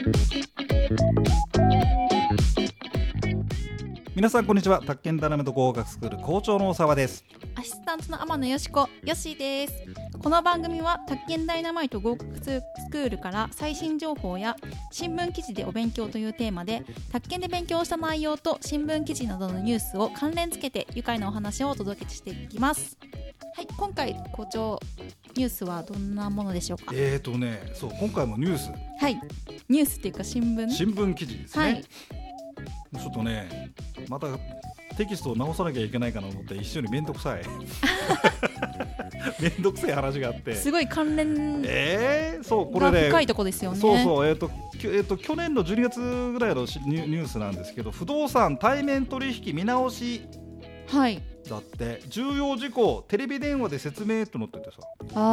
皆さんこんにちは。宅建ダイナメント合格スクール校長の大沢です。 アシスタントの天野よしこ、よしです。この番組は宅建ダイナマイト合格スクールから最新情報や新聞記事でお勉強というテーマで、宅建で勉強した内容と新聞記事などのニュースを関連付けて愉快なお話をお届けしていきます。はい、今回校長ニュースはどんなものでしょうか。 そう今回もニュース、 はい、ニュースっていうか新聞記事ですね、 はい、 ちょっとねまたテキストを直さなきゃいけないかなと思って一緒にめんどくさいめんどくさい話があって、 すごい関連そうこれね、 深いとこですよね。 そう去年の12月ぐらいのニュースなんですけど、不動産対面取引見直し、 はい、 だって重要事項テレビ電話で説明と載っててさ、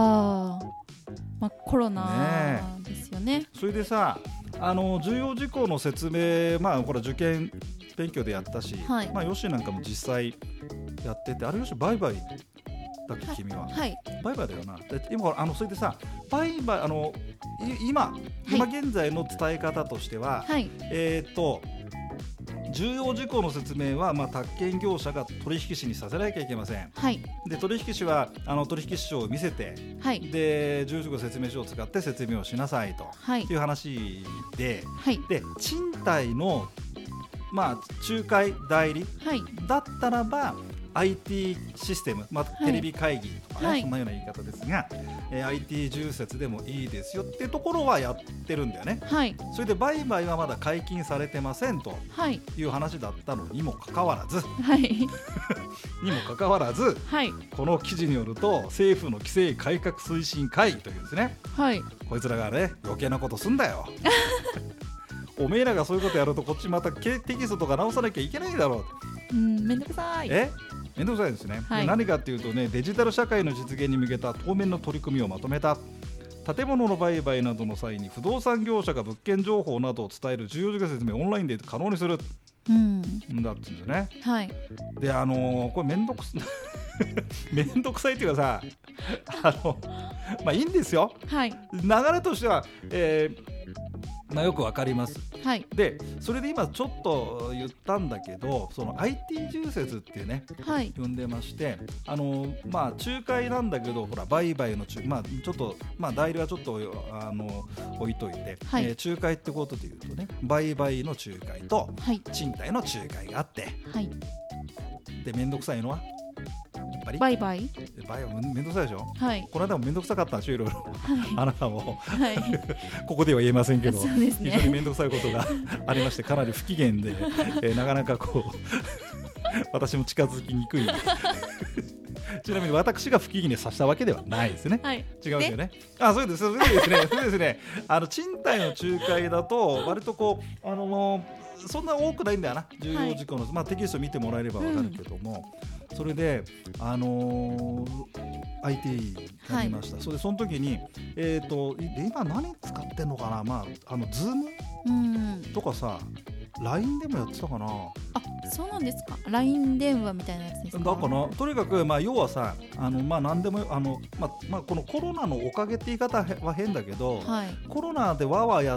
コロナですよね。 それでさ、重要事項の説明、これ受験勉強でやったし、ヨッシーなんかも実際やってて、あれヨッシーバイバイだっけ、君は、 はい、 バイバイだよな。で今それでさ、バイバイ今現在の伝え方としては、重要事項の説明は、宅建業者が取引士にさせなきゃいけません、で取引士は取引士証を見せて、で重要事項説明書を使って説明をしなさいと、いう話で、で賃貸の、仲介代理だったらば、IT システム、テレビ会議とかね、そんなような言い方ですが、IT 重説でもいいですよっていうところはやってるんだよね、それで売買はまだ解禁されてませんという話だったのにもかかわらず、この記事によると、政府の規制改革推進会議というですね、こいつらがね余計なことすんだよおめえらがそういうことやると、こっちまたテキストとか直さなきゃいけないだろう。 めんどくさい。 めんどくさいですね、何かっていうとね、デジタル社会の実現に向けた当面の取り組みをまとめた。建物の売買などの際に不動産業者が物件情報などを伝える重要事項説明をオンラインで可能にする、だって言うんですよね、でこれめんどくさいっていうかさ、いいんですよ、流れとしては、よくわかります、でそれで今ちょっと言ったんだけど、その IT 重説っていうね、呼んでまして、仲介なんだけど、ほら売買のちょっと代理はちょっと置いといて、仲介ってことで言うとね、売買の仲介と賃貸の仲介があって、でめんどくさいのは売買はめんどくさいでしょ、この間もめんどくさかったんでしょ、いろいろ、あなたも、ここでは言えませんけど、非常にめんどくさいことがありまして、かなり不機嫌で、なかなか私も近づきにくいちなみに私が不機嫌にさせたわけではないですね、違うんですよね。そうですね賃貸の仲介だと割とそんな多くないんだよな、重要事項の、テキスト見てもらえれば分かるけども、それでIT になりました。それでその時に、今何使ってんのかな、Zoom とかさ、LINE でもやってたかな。 そうなんですか。 LINE 電話みたいなやつですか。 だからとにかく、要はさ、何でもこのコロナのおかげって言い方は変だけど、コロナでわわやって、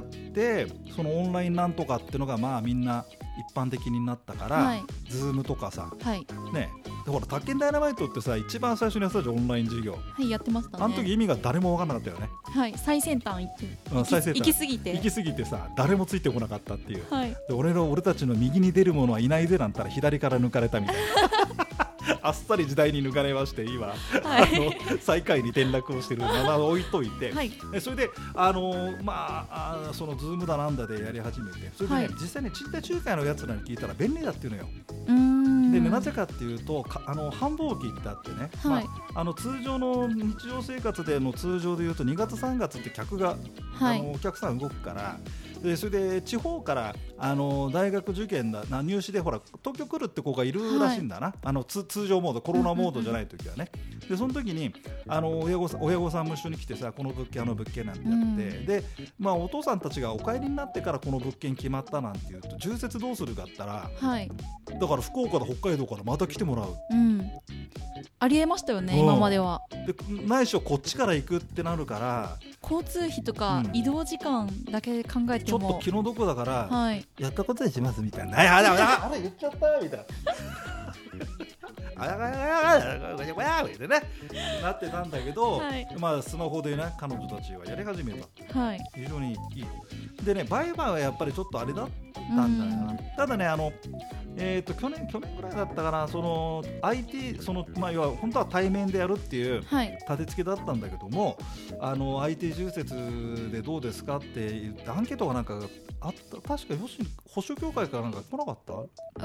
そのオンラインなんとかっていうのがみんな一般的になったから、Zoom とかさ、ね、でほら宅建ダイナマイトってさ、一番最初にやってたじゃん、オンライン授業。 やってましたね。 あの時意味が誰も分からなかったよね。 最先端行き過ぎてさ、誰もついてこなかったっていう、で俺たちの右に出る者はいないぜなんたら左から抜かれたみたいなあっさり時代に抜かれまして、今、最下位に転落をしてるのを置いといて、それでそのズームだなんだでやり始めて、それでね、実際ね、賃貸仲介のやつらに聞いたら便利だっていうのよ。でね、なぜかっていうと、繁忙期ってあってね、通常の日常生活での通常でいうと2月3月ってお客さん動くから、でそれで地方から大学受験入試でほら東京来るって子がいるらしいんだな、通常モード、コロナモードじゃない時はね。でその時に親御さんも一緒に来てさ、この物件物件なんてやって、でお父さんたちがお帰りになってからこの物件決まったなんていうと、重説どうするかったら、だから福岡だ北海道からまた来てもらう、 ありえましたよね、今までは。 でないしょこっちから行くってなるから交通費とか移動時間だけ考えても、 ちょっと気の毒だから、 はい、 やったことにしますみたいな、あれ言っちゃったみたいなってねなってたんだけど、はい、まあスマホでね彼女たちはやり始めた、はい、非常にいいでね、バイバイはやっぱりちょっとあれだったんじゃないかな。ただね去年ぐらいだったかな、その IT まあ、要は本当は対面でやるっていう立て付けだったんだけども、IT 重説でどうですかって言ってアンケートがなんかあった。確か保守協会からなんか来なかった？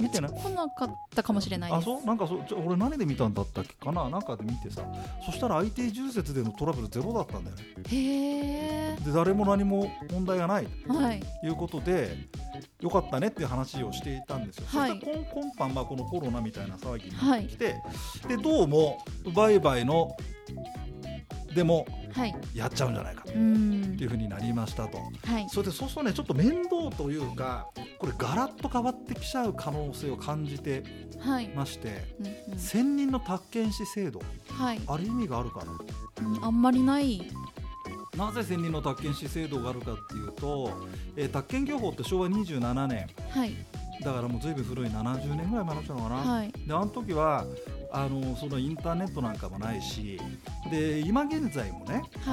見てない？ 来なかったかもしれないです。 あ、そう？なんか俺何で見たんだったっけかな、なんかで見てさ、そしたら IT 重説でのトラブルゼロだったんだよね。 へー。 で誰も何も問題がない、 はい、 ということでよかったねっていう話をしていたんですよ。 はい、 そして今般、まあ、このコロナみたいな騒ぎになってきて、はい、でどうも売買のでもやっちゃうんじゃないかというふうになりましたと、はい、それでそうするとねちょっと面倒というかこれガラッと変わってきちゃう可能性を感じてまして、はい、専任の宅建士制度、はい、あれ意味があるかな、 あんまりない。 なぜ専任の宅建士制度があるかっていうと、宅建業法って昭和27年、はい、だからもうずいぶん古い70年ぐらい前の人なのかな、はい、であの時はそのインターネットなんかもないし、で今現在もね、はい、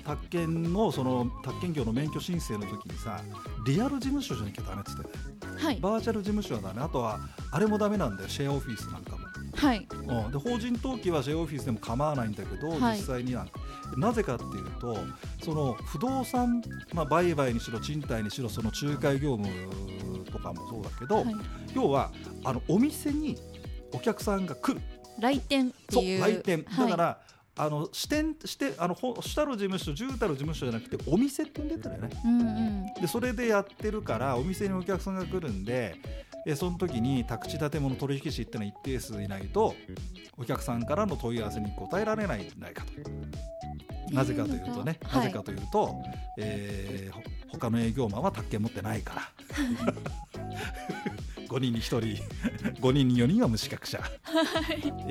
宅建業の免許申請の時にさリアル事務所じゃなきゃダメって言ってね、はい、バーチャル事務所はダメ、あとはあれもダメなんだよ、シェアオフィスなんかも、はい、で法人登記はシェアオフィスでも構わないんだけど、はい、実際にはなぜかっていうとその不動産、まあ、売買にしろ賃貸にしろその仲介業務とかもそうだけど、はい、要はお店にお客さんが来る来店っていう、 そう来店だから、はい、主たる事務所重たる事務所じゃなくてお店って出てるよね、うんうん、でそれでやってるからお店にお客さんが来るんでその時に宅地建物取引士ってのは一定数いないとお客さんからの問い合わせに答えられないんじゃないかと。なぜかというとね、なぜかというと、他の営業マンは宅建持ってないから5人に1人5人に4人は無資格者、はい、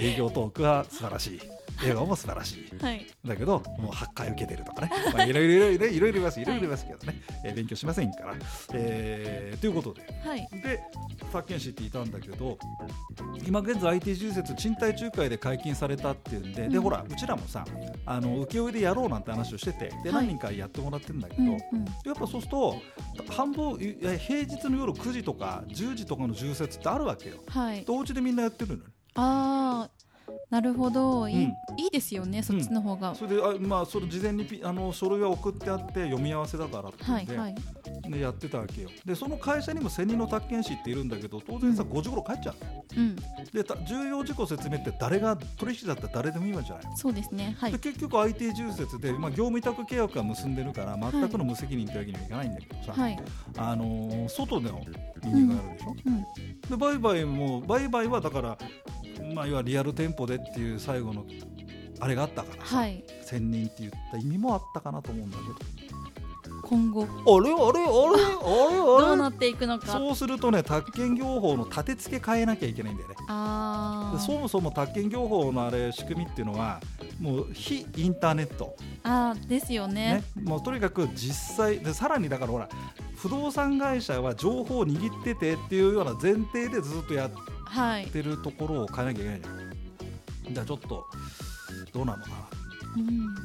営業トークは素晴らしい、映画も素晴らしい、はい、だけどもう8回受けてるとかね、まあ、いろいろいますけどね、勉強しませんから、ということで、はい、で宅建士っていたんだけど今現在 IT 重説賃貸仲介で解禁されたっていうんで、でほらうちらもさ請負でやろうなんて話をしててで、何人かやってもらってるんだけど、やっぱそうすると平日の夜9時とか10時とかの重説ってあるわけよ、はい、お家でみんなやってるのよ。 あーなるほど、いいですよね、そっちの方が、 それでまあ、それ事前に書類は送ってあって読み合わせだからって言って、はいはい、でやってたわけよ。でその会社にも専任の宅建士っているんだけど当然さ、5時頃帰っちゃう、うん、で重要事項説明って誰が取引だったら誰でもいいわけじゃない。 そうですね、はい、 で結局 IT 重説で、まあ、業務委託契約は結んでるから全くの無責任ってわけにはいかないんだけどさ、はい、外での人間があるでしょ、うんうん、で売買はだからまあ、要はリアル店舗でっていう最後のあれがあったからさ、はい、専任って言った意味もあったかなと思うんだけど、今後あれどうなっていくのか。 そうするとね宅建業法の立て付け変えなきゃいけないんだよね。でそもそも宅建業法の仕組みっていうのはもう非インターネットですよ ね。 もうとにかく実際でさらにだからほら不動産会社は情報を握っててっていうような前提でずっとやってるところを変えなきゃいけないじゃん。じゃあちょっとどうなのかな、うん、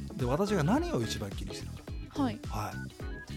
で私が何を一番気にしてるか、はいはい、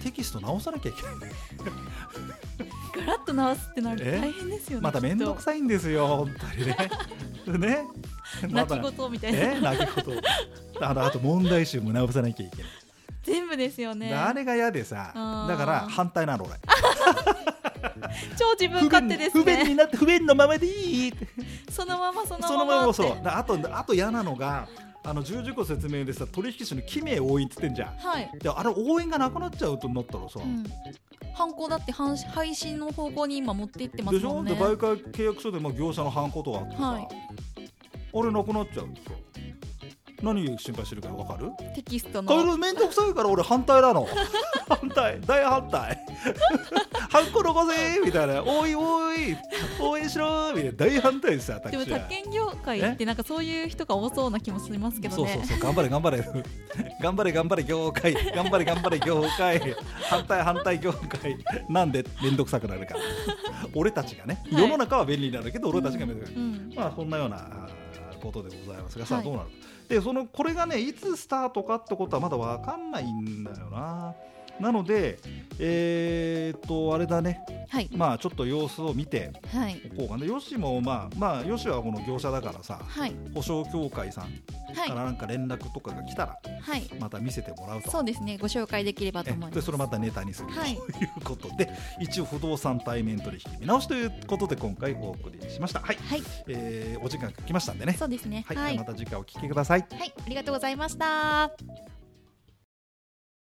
テキスト直さなきゃいけないガラッと直すってなると大変ですよね。 まためんどくさいんですよ本当にね泣き言みたいな、 泣き言あと問題集も直さなきゃいけない全部ですよね。 あれが嫌でさ、だから反対なの俺超自分勝手ですね。 不便になって不便のままでいいってそのままそうあと嫌なのが重事項説明でさ取引士の記名押印って言ってんじゃん、はい、であれ押印がなくなっちゃうとなったらさ、 ハンコだって配信の方向に今持っていってますもんね。 でしょ。で売買契約書でも業者のハンコとかあってさ、はい、あれなくなっちゃうとさ何心配してるか分かる？ テキストのこれめんどくさいから俺反対なの大反対ハンコ残せみたいな、おいおい応援しろみたいな大反対ですよ。私でも宅建業界ってなんかそういう人が多そうな気もしますけどね。 そう頑張れ頑張れ頑張れ頑張れ業界、頑張れ頑張れ業界、反対業界、なんで面倒くさくなるか俺たちがね、世の中は便利になるけど俺たちが面倒くさい、まあそんなようなことでございますが、さあどうなるか。でこれがねいつスタートかってことはまだ分かんないんだよな。なのであれだね、はい、まあちょっと様子を見ておこうかな。ヨシもまあヨシはこの業者だからさ、はい、保証協会さんからなんか連絡とかが来たら、はい、また見せてもらうと、 そうですね、ご紹介できればと思います。 でそれまたネタにする、はい、ということで、一応不動産対面取引見直しということで今回お送りしました。はい、はい、お時間が来ましたんでね。 そうですね、 はい、また次回お聞きください。 はい、ありがとうございました。